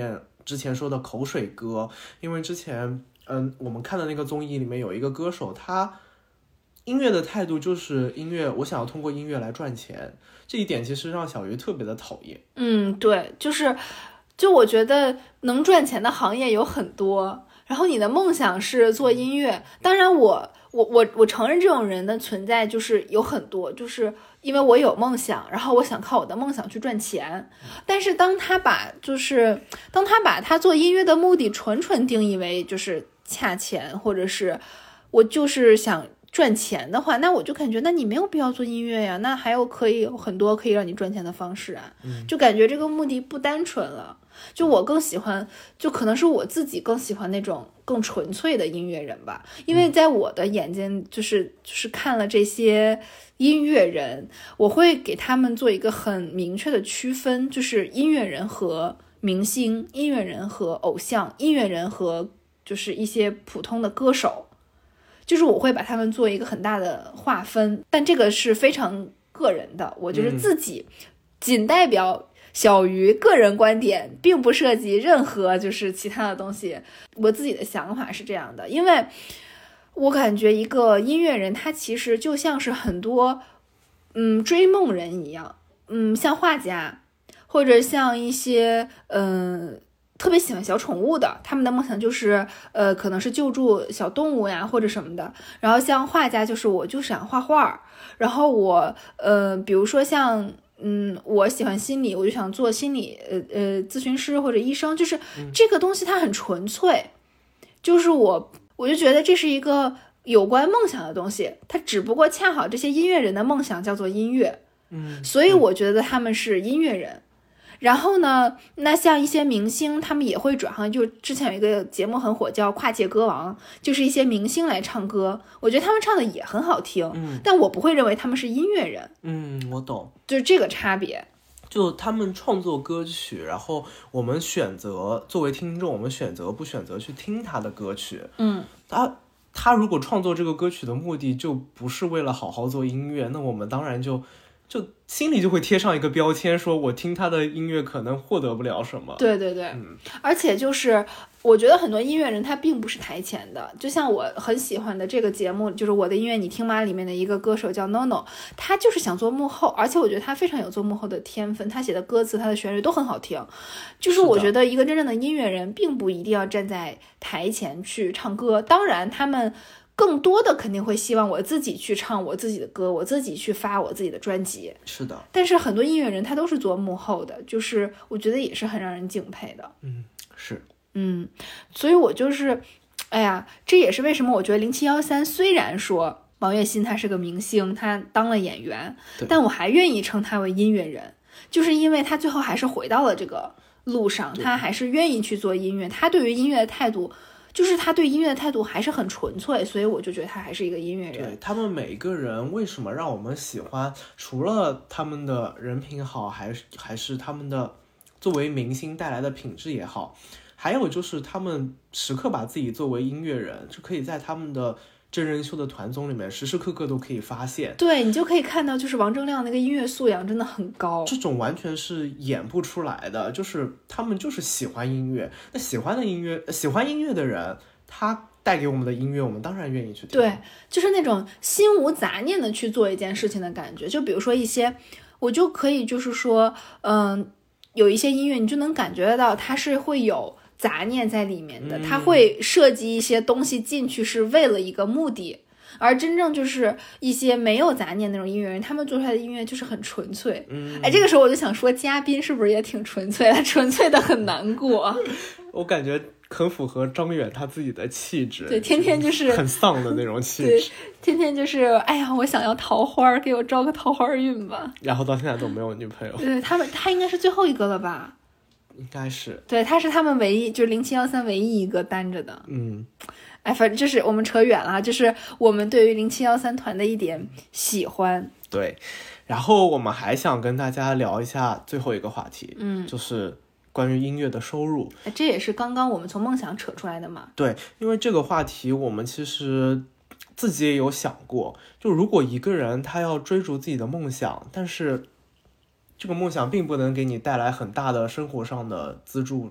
S3: 之前说的口水歌，因为之前我们看的那个综艺里面有一个歌手，他音乐的态度就是音乐，我想要通过音乐来赚钱，这一点其实让小鱼特别的讨厌。
S2: 对，就我觉得能赚钱的行业有很多，然后你的梦想是做音乐，当然我承认这种人的存在，就是有很多，就是因为我有梦想，然后我想靠我的梦想去赚钱。但是当他把他做音乐的目的纯定义为就是恰钱，或者是我就是想赚钱的话，那我就感觉那你没有必要做音乐呀，那还有很多可以让你赚钱的方式啊，就感觉这个目的不单纯了。就我更喜欢，就可能是我自己更喜欢那种更纯粹的音乐人吧，因为在我的眼睛就是看了这些音乐人，我会给他们做一个很明确的区分，就是音乐人和明星，音乐人和偶像，音乐人和就是一些普通的歌手，就是我会把他们做一个很大的划分，但这个是非常个人的，我就是自己仅代表小鱼个人观点，并不涉及任何就是其他的东西。我自己的想法是这样的，因为我感觉一个音乐人他其实就像是很多追梦人一样，像画家或者像一些特别喜欢小宠物的，他们的梦想就是可能是救助小动物呀或者什么的。然后像画家就是我就想画画，然后我比如说像我喜欢心理，我就想做心理咨询师或者医生，就是这个东西它很纯粹，就是我就觉得这是一个有关梦想的东西，它只不过恰好这些音乐人的梦想叫做音乐，所以我觉得他们是音乐人。然后呢，那像一些明星他们也会转行，就之前有一个节目很火叫跨界歌王，就是一些明星来唱歌，我觉得他们唱的也很好听，但我不会认为他们是音乐人。
S3: 我懂，
S2: 就是这个差别。
S3: 就他们创作歌曲，然后我们选择作为听众，我们选择不选择去听他的歌曲。他如果创作这个歌曲的目的就不是为了好好做音乐，那我们当然就心里就会贴上一个标签，说我听他的音乐可能获得不了什么。
S2: 对，而且就是我觉得很多音乐人他并不是台前的，就像我很喜欢的这个节目就是我的音乐你听吗里面的一个歌手叫 NONO， 他就是想做幕后，而且我觉得他非常有做幕后的天分，他写的歌词他的旋律都很好听。就是我觉得一个真正的音乐人并不一定要站在台前去唱歌，当然他们更多的肯定会希望我自己去唱我自己的歌，我自己去发我自己的专辑。
S3: 是的，
S2: 但是很多音乐人他都是做幕后的，就是我觉得也是很让人敬佩的。
S3: 是，
S2: 所以我就是，哎呀，这也是为什么我觉得0713虽然说王栎鑫他是个明星，他当了演员，但我还愿意称他为音乐人，就是因为他最后还是回到了这个路上，他还是愿意去做音乐，他对于音乐的态度。就是他对音乐的态度还是很纯粹，所以我就觉得他还是一个音乐人。
S3: 对，他们每一个人为什么让我们喜欢，除了他们的人品好，还是他们的作为明星带来的品质也好，还有就是他们时刻把自己作为音乐人，就可以在他们的真人秀的团综里面时时刻刻都可以发现。
S2: 对，你就可以看到就是王铮亮那个音乐素养真的很高，
S3: 这种完全是演不出来的，就是他们就是喜欢音乐，那喜欢音乐的人，他带给我们的音乐我们当然愿意去听。
S2: 对，就是那种心无杂念的去做一件事情的感觉。就比如说一些我就可以就是说有一些音乐你就能感觉得到它是会有杂念在里面的，它会设计一些东西进去是为了一个目的，而真正就是一些没有杂念那种音乐人，他们做出来的音乐就是很纯粹。这个时候我就想说，嘉宾是不是也挺纯粹的？纯粹的很难过。
S3: 我感觉很符合张远他自己的气质，
S2: 对，天天就是
S3: 很丧的那种气质，
S2: 对，天天就是哎呀，我想要桃花，给我招个桃花运吧。然
S3: 后到现在都没有女朋友。
S2: 对，他应该是最后一个了吧？
S3: 应该是，
S2: 对，他是他们唯一，就是0713唯一一个单着的。哎，反正就是我们扯远了，就是我们对于0713团的一点喜欢。
S3: 对，然后我们还想跟大家聊一下最后一个话题，就是关于音乐的收入。
S2: 这也是刚刚我们从梦想扯出来的嘛。
S3: 对，因为这个话题我们其实自己也有想过，就如果一个人他要追逐自己的梦想，但是这个梦想并不能给你带来很大的生活上的资助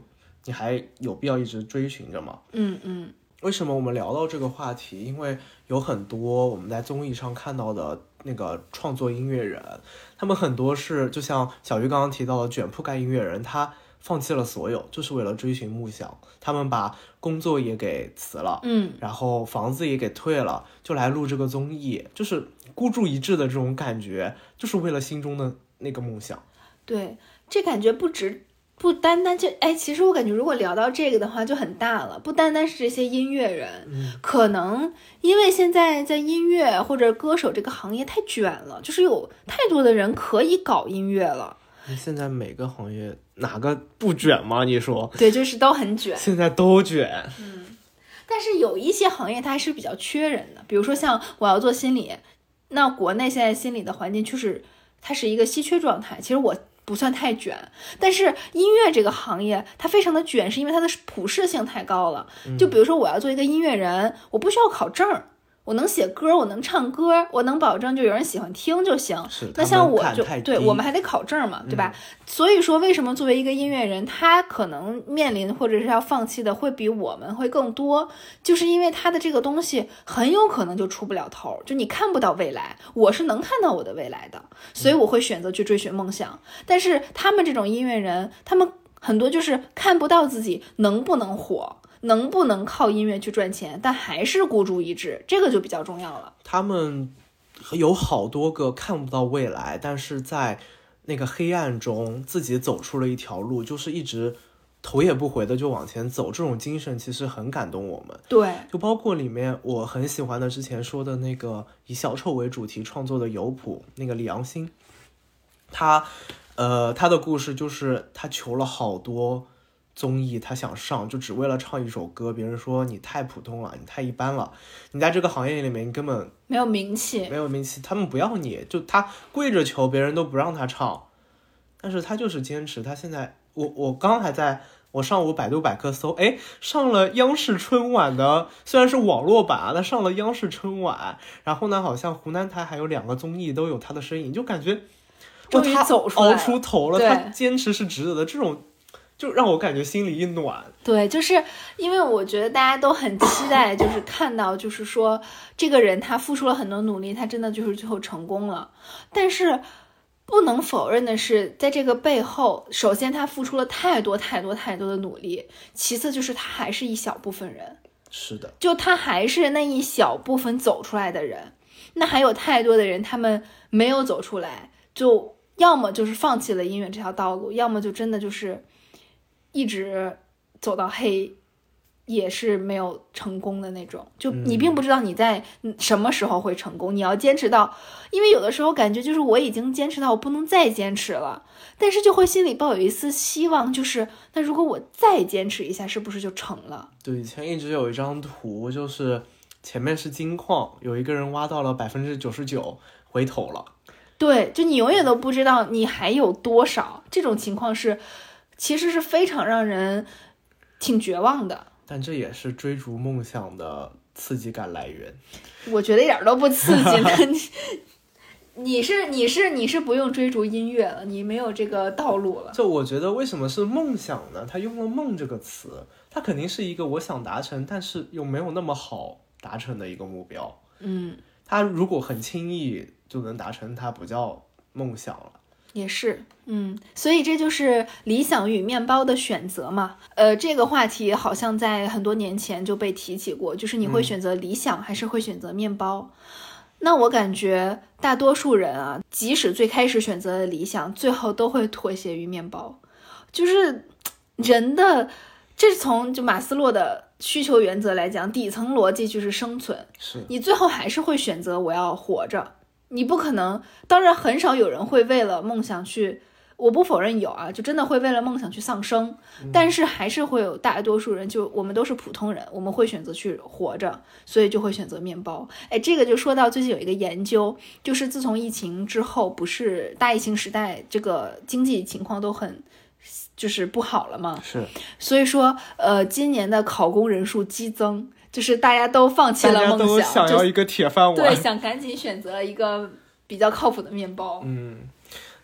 S3: 你还有必要一直追寻着吗？为什么我们聊到这个话题？因为有很多我们在综艺上看到的那个创作音乐人，他们很多是就像小鱼刚刚提到的卷铺盖音乐人，他放弃了所有，就是为了追寻梦想。他们把工作也给辞了，然后房子也给退了，就来录这个综艺，就是孤注一掷的这种感觉，就是为了心中的那个梦想。
S2: 对，这感觉不单单就其实我感觉如果聊到这个的话就很大了，不单单是这些音乐人，可能因为现在在音乐或者歌手这个行业太卷了，就是有太多的人可以搞音乐了。
S3: 现在每个行业哪个不卷吗？你说？
S2: 对，就是都很卷，
S3: 现在都卷。
S2: 但是有一些行业它还是比较缺人的，比如说像我要做心理，那国内现在心理的环境就是它是一个稀缺状态，其实我不算太卷，但是音乐这个行业它非常的卷，是因为它的普适性太高了。就比如说我要做一个音乐人，我不需要考证，我能写歌，我能唱歌，我能保证就有人喜欢听就行。那像我就对，我们还得考证嘛，对吧？所以说为什么作为一个音乐人，他可能面临或者是要放弃的会比我们会更多，就是因为他的这个东西很有可能就出不了头，就你看不到未来，我是能看到我的未来的，所以我会选择去追寻梦想。但是他们这种音乐人，他们很多就是看不到自己能不能火，能不能靠音乐去赚钱，但还是孤注一掷，这个就比较重要了。
S3: 他们有好多个看不到未来，但是在那个黑暗中自己走出了一条路，就是一直头也不回的就往前走，这种精神其实很感动我们。
S2: 对，
S3: 就包括里面我很喜欢的之前说的那个以小丑为主题创作的有谱，那个李阳星，他的故事就是他求了好多综艺，他想上，就只为了唱一首歌，别人说你太普通了，你太一般了，你在这个行业里面根本
S2: 没有名气，
S3: 他们不要你，就他跪着求，别人都不让他唱，但是他就是坚持。他现在我刚还在我上午百度百科搜，上了央视春晚的，虽然是网络版啊，但上了央视春晚，然后呢好像湖南台还有2个综艺都有他的身影，就感觉
S2: 终于走出来了，
S3: 熬出头了，他坚持是值得的，这种就让我感觉心里一暖。
S2: 对，就是因为我觉得大家都很期待，就是看到就是说这个人他付出了很多努力，他真的就是最后成功了。但是不能否认的是，在这个背后，首先他付出了太多的努力，其次就是他还是一小部分人。
S3: 是的，
S2: 就他还是那一小部分走出来的人，那还有太多的人他们没有走出来，就要么就是放弃了音乐这条道路，要么就真的就是一直走到黑，也是没有成功的那种。就你并不知道你在什么时候会成功，你要坚持到，因为有的时候感觉就是我已经坚持到我不能再坚持了，但是就会心里抱有一丝希望，就是那如果我再坚持一下，是不是就成了？
S3: 对，以前一直有一张图，就是前面是金矿，有一个人挖到了99%，回头了。
S2: 对，就你永远都不知道你还有多少，这种情况其实是非常让人挺绝望的。
S3: 但这也是追逐梦想的刺激感来源。
S2: 我觉得一点都不刺激呢。你是不用追逐音乐了，你没有这个道路了。
S3: 就我觉得为什么是梦想呢？他用了梦这个词，它肯定是一个我想达成，但是又没有那么好达成的一个目标。他如果很轻易就能达成，它不叫梦想了。
S2: 也是，所以这就是理想与面包的选择嘛。这个话题好像在很多年前就被提起过，就是你会选择理想还是会选择面包？那我感觉大多数人啊，即使最开始选择了理想，最后都会妥协于面包。就是人的，这是从就马斯洛的需求原则来讲，底层逻辑就是生存，
S3: 是你
S2: 最后还是会选择我要活着。你不可能，当然很少有人会为了梦想去，我不否认有啊，就真的会为了梦想去丧生，但是还是会有大多数人，就我们都是普通人，我们会选择去活着，所以就会选择面包。这个就说到最近有一个研究，就是自从疫情之后，不是大疫情时代，这个经济情况都很就是不好了嘛，
S3: 是，
S2: 所以说今年的考公人数激增。就是大家都放弃了梦想，
S3: 大家都想要一个铁饭碗，
S2: 对，想赶紧选择一个比较靠谱的面包。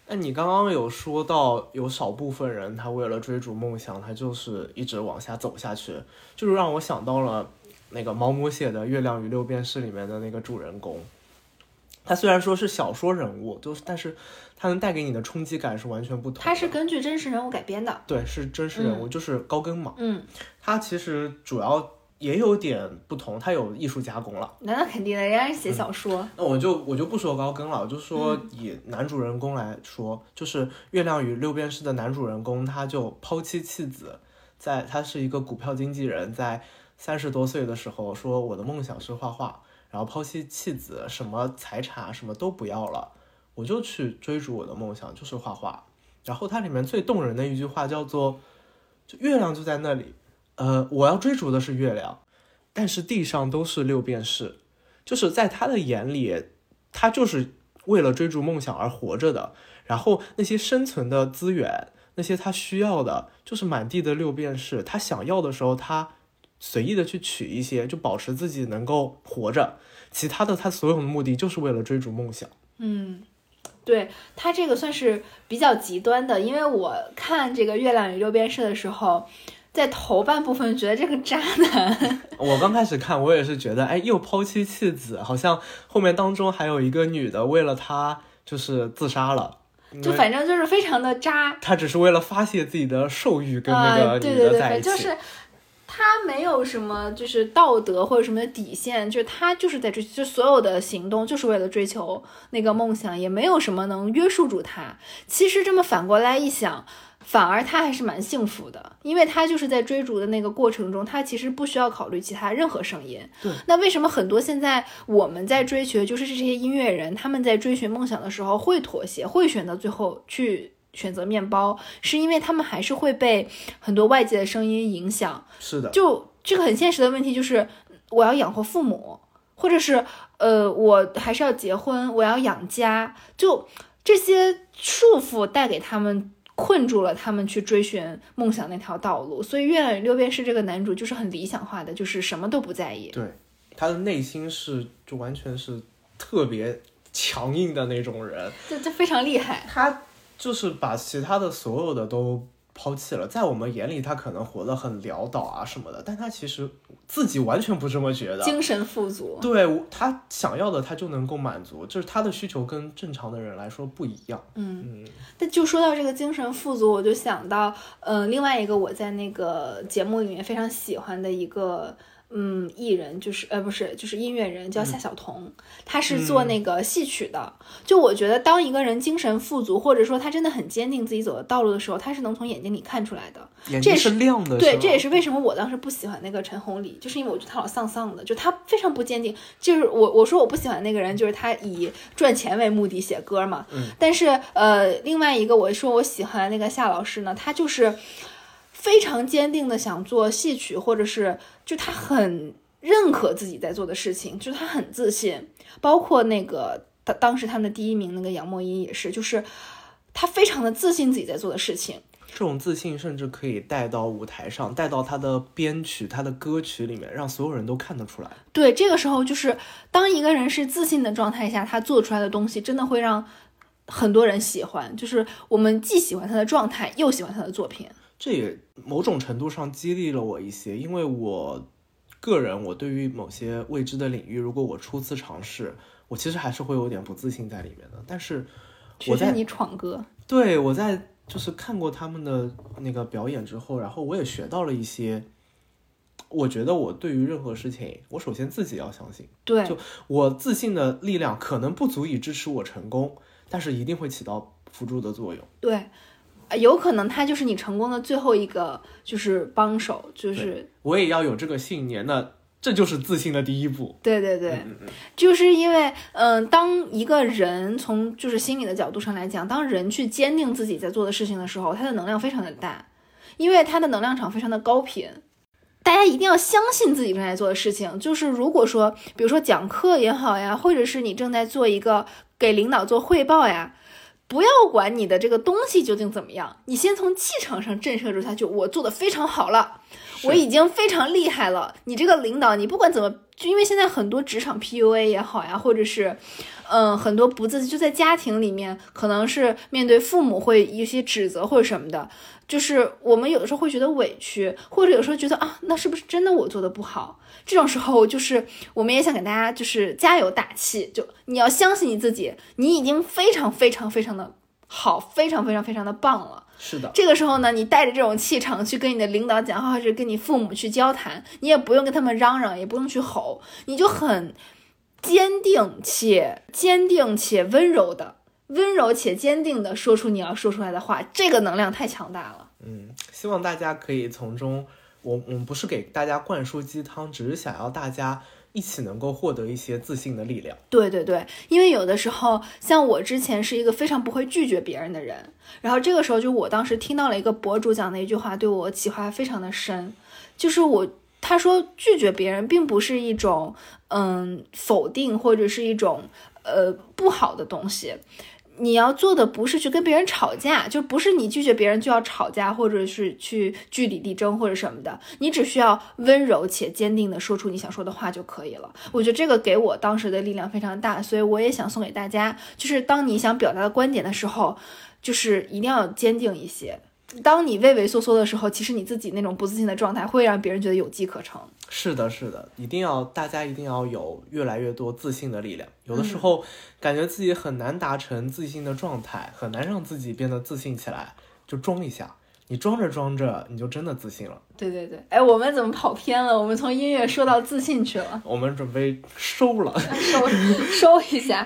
S3: 那你刚刚有说到有少部分人他为了追逐梦想，他就是一直往下走下去，就是让我想到了那个毛姆写的《月亮与六便士》里面的那个主人公。他虽然说是小说人物，但是他能带给你的冲击感是完全不同的。
S2: 他是根据真实人物改编的，
S3: 对，是真实人物，就是高更嘛。他其实主要也有点不同，他有艺术加工了。
S2: 那肯定的，人家是写小说。
S3: 那我就不说高更了，我就说以男主人公来说，就是《月亮与六便士》的男主人公，他就抛妻弃子，他是一个股票经纪人，在30多岁的时候说我的梦想是画画，然后抛妻弃子，什么财产什么都不要了，我就去追逐我的梦想，就是画画。然后它里面最动人的一句话叫做就月亮就在那里，我要追逐的是月亮，但是地上都是六便士。就是在他的眼里，他就是为了追逐梦想而活着的，然后那些生存的资源，那些他需要的就是满地的六便士，他想要的时候他随意的去取一些，就保持自己能够活着，其他的他所有的目的就是为了追逐梦想。
S2: 对，他这个算是比较极端的，因为我看这个《月亮与六便士》的时候，在头半部分觉得这个渣男
S3: 我刚开始看我也是觉得又抛妻弃子，好像后面当中还有一个女的为了他就是自杀了，
S2: 就反正就是非常的渣，
S3: 他只是为了发泄自己的兽欲跟那个女的在一起。
S2: 对，就是他没有什么就是道德或者什么的底线，就是他就是在追，就所有的行动就是为了追求那个梦想，也没有什么能约束住他。其实这么反过来一想，反而他还是蛮幸福的，因为他就是在追逐的那个过程中，他其实不需要考虑其他任何声音。
S3: 对，
S2: 那为什么很多现在我们在追求，就是这些音乐人他们在追寻梦想的时候会妥协，会选择最后去选择面包，是因为他们还是会被很多外界的声音影响。
S3: 是的，
S2: 就这个很现实的问题，就是我要养活父母，或者是我还是要结婚，我要养家，就这些束缚带给他们，困住了他们去追寻梦想那条道路。所以《月亮与六便士》这个男主就是很理想化的，就是什么都不在意。
S3: 对，他的内心就完全是特别强硬的那种人，
S2: 这非常厉害。
S3: 他就是把其他的所有的都抛弃了，在我们眼里他可能活得很潦倒啊什么的，但他其实自己完全不这么觉得，
S2: 精神富足。
S3: 对，他想要的他就能够满足，就是他的需求跟正常的人来说不一样。
S2: 但就说到这个精神富足，我就想到另外一个我在那个节目里面非常喜欢的一个艺人，就是音乐人，叫夏小童，他是做那个戏曲的。就我觉得当一个人精神富足，或者说他真的很坚定自己走的道路的时候，他是能从眼睛里看出来的，
S3: 眼睛是亮的。
S2: 对，这也是为什么我当时不喜欢那个陈鸿礼，就是因为我觉得他老丧丧的，就他非常不坚定。就是我说我不喜欢那个人，就是他以赚钱为目的写歌嘛。但是另外一个我说我喜欢那个夏老师呢，他就是非常坚定的想做戏曲，或者是就他很认可自己在做的事情，就是他很自信。包括那个当时他们的第1名那个杨莫音也是，就是他非常的自信自己在做的事情。
S3: 这种自信甚至可以带到舞台上，带到他的编曲他的歌曲里面，让所有人都看得出来。
S2: 对，这个时候就是当一个人是自信的状态下，他做出来的东西真的会让很多人喜欢，就是我们既喜欢他的状态又喜欢他的作品。
S3: 这也某种程度上激励了我一些，因为我个人对于某些未知的领域，如果我初次尝试，我其实还是会有点不自信在里面的。但是我在
S2: 你闯歌，
S3: 对，我在就是看过他们的那个表演之后，然后我也学到了一些，我觉得我对于任何事情，我首先自己要相信。
S2: 对，
S3: 就我自信的力量可能不足以支持我成功，但是一定会起到辅助的作用。
S2: 对，有可能他就是你成功的最后一个就是帮手，就是
S3: 我也要有这个信念，那这就是自信的第一步。
S2: 对对对，就是因为当一个人从就是心理的角度上来讲，当人去坚定自己在做的事情的时候，他的能量非常的大，因为他的能量场非常的高频。大家一定要相信自己正在做的事情，就是如果说比如说讲课也好呀，或者是你正在做一个给领导做汇报呀，不要管你的这个东西究竟怎么样，你先从气场上震慑住他，就我做的非常好了，我已经非常厉害了。你这个领导，你不管怎么就因为现在很多职场 PUA 也好呀，或者是很多不自就在家庭里面，可能是面对父母会一些指责或者什么的，就是我们有的时候会觉得委屈，或者有时候觉得啊，那是不是真的我做的不好？这种时候就是我们也想给大家就是加油打气，就你要相信你自己，你已经非常非常非常的好，非常非常非常的棒了。
S3: 是的，
S2: 这个时候呢，你带着这种气场去跟你的领导讲话，或者跟你父母去交谈，你也不用跟他们嚷嚷，也不用去吼，你就很坚定且温柔且坚定的说出你要说出来的话，这个能量太强大了。
S3: 希望大家可以从中，我们不是给大家灌输鸡汤，只是想要大家一起能够获得一些自信的力量。
S2: 对对对，因为有的时候像我之前是一个非常不会拒绝别人的人，然后这个时候就我当时听到了一个博主讲的一句话，对我启发非常的深，就是他说拒绝别人并不是一种否定或者是一种不好的东西。你要做的不是去跟别人吵架，就不是你拒绝别人就要吵架，或者是去据理力争或者什么的，你只需要温柔且坚定的说出你想说的话就可以了。我觉得这个给我当时的力量非常大，所以我也想送给大家，就是当你想表达的观点的时候，就是一定要坚定一些。当你畏畏缩缩的时候，其实你自己那种不自信的状态会让别人觉得有机可乘。
S3: 是的，是的，大家一定要有越来越多自信的力量。有的时候感觉自己很难达成自信的状态，很难让自己变得自信起来，就装一下，你装着装着你就真的自信了。
S2: 对对对，哎，我们怎么跑偏了？我们从音乐说到自信去了。
S3: 我们准备收了，
S2: 收一下，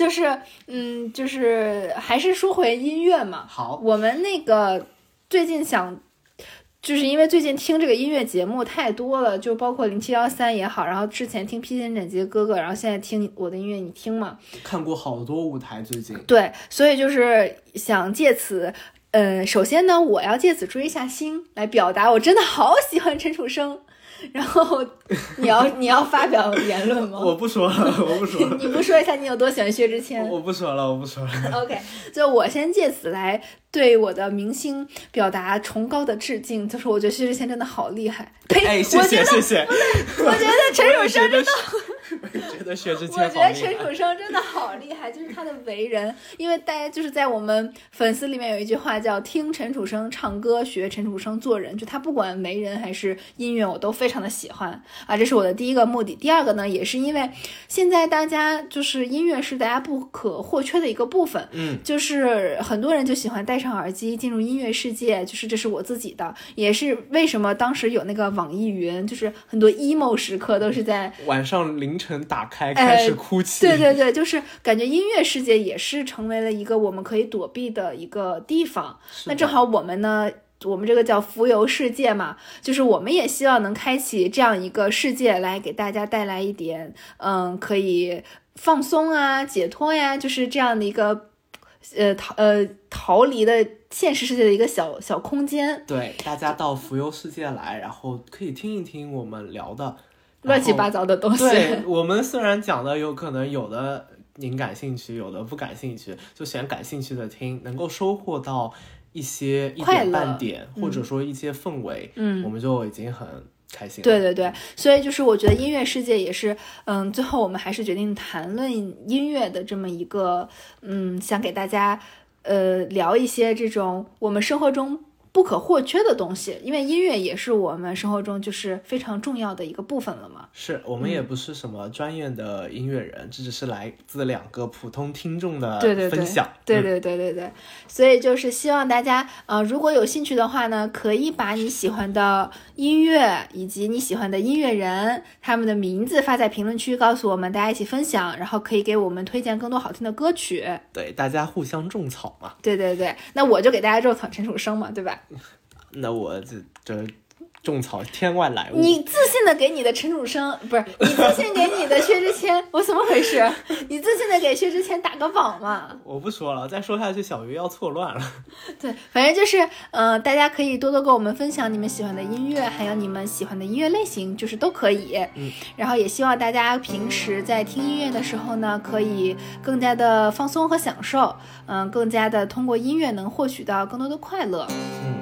S2: 就是还是说回音乐嘛。
S3: 好，
S2: 我们那个最近就是因为最近听这个音乐节目太多了，就包括0713也好，然后之前听披荆斩棘哥哥，然后现在听我的音乐你听嘛，
S3: 看过好多舞台最近。
S2: 对，所以就是想借此首先呢，我要借此追一下星，来表达我真的好喜欢陈楚生。然后你要发表言论吗？
S3: 我不说了。
S2: 你不说一下你有多喜欢薛之谦？
S3: 我不说了。
S2: OK， 就我先借此来对我的明星表达崇高的致敬，就是我觉得薛之谦真的好厉害。呸！
S3: 哎，谢谢。
S2: 我觉得陈楚生真的。
S3: 我觉得薛之谦好厉害。
S2: 我觉得陈楚生真的好厉害，就是他的为人，因为大家就是在我们粉丝里面有一句话叫听陈楚生唱歌学陈楚生做人，就他不管为人还是音乐我都非常的喜欢啊，这是我的第一个目的。第二个呢，也是因为现在大家就是音乐是大家不可或缺的一个部分，就是很多人就喜欢戴上耳机进入音乐世界，就是这是我自己的，也是为什么当时有那个网易云，就是很多 emo 时刻都是在
S3: 晚上凌晨打开开始哭泣。
S2: 对对对，就是感觉音乐世界也是成为了一个我们可以躲避的一个地方。那正好我们呢，我们这个叫浮游世界嘛，就是我们也希望能开启这样一个世界，来给大家带来一点可以放松啊解脱呀，就是这样的一个逃离的现实世界的一个小空间。
S3: 对，大家到浮游世界来，然后可以听一听我们聊的
S2: 乱七八糟的东西。
S3: 对，我们虽然讲的有可能有的您感兴趣，有的不感兴趣，就选感兴趣的听，能够收获到一点半点，或者说一些氛围，我们就已经很开心了。
S2: 对对对，所以就是我觉得音乐世界也是，最后我们还是决定谈论音乐的这么一个，想给大家聊一些这种我们生活中不可或缺的东西，因为音乐也是我们生活中就是非常重要的一个部分了嘛。
S3: 是我们也不是什么专业的音乐人，这只是来自2个普通听众的分享。
S2: 对，所以就是希望大家如果有兴趣的话呢，可以把你喜欢的音乐以及你喜欢的音乐人他们的名字发在评论区告诉我们，大家一起分享，然后可以给我们推荐更多好听的歌曲。
S3: 对，大家互相种草嘛。
S2: 对，那我就给大家种草陈楚生嘛，对吧？
S3: 那我这种草天外来物。
S2: 你自信的给你的陈楚生，不是你自信给你的薛之谦，我怎么回事？你自信的给薛之谦打个榜嘛？
S3: 我不说了，再说下去小鱼要错乱了。
S2: 对，反正就是大家可以多多跟我们分享你们喜欢的音乐，还有你们喜欢的音乐类型，就是都可以。然后也希望大家平时在听音乐的时候呢，可以更加的放松和享受，更加的通过音乐能获取到更多的快乐。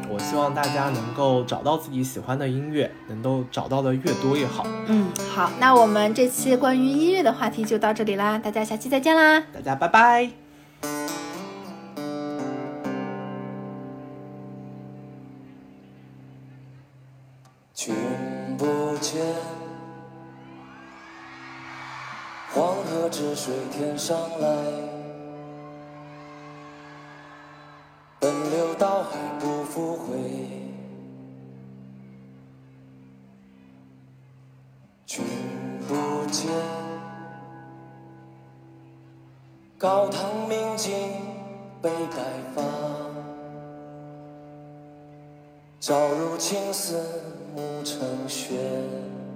S3: 我希望大家能够找到自己喜欢的音乐，能够找到的越多越好。
S2: 好，那我们这期关于音乐的话题就到这里啦，大家下期再见啦，
S3: 大家拜拜。
S1: 君不见，黄河之水天上来，奔流到海不复回。君不见，高堂明镜悲白发，朝如青丝暮成雪。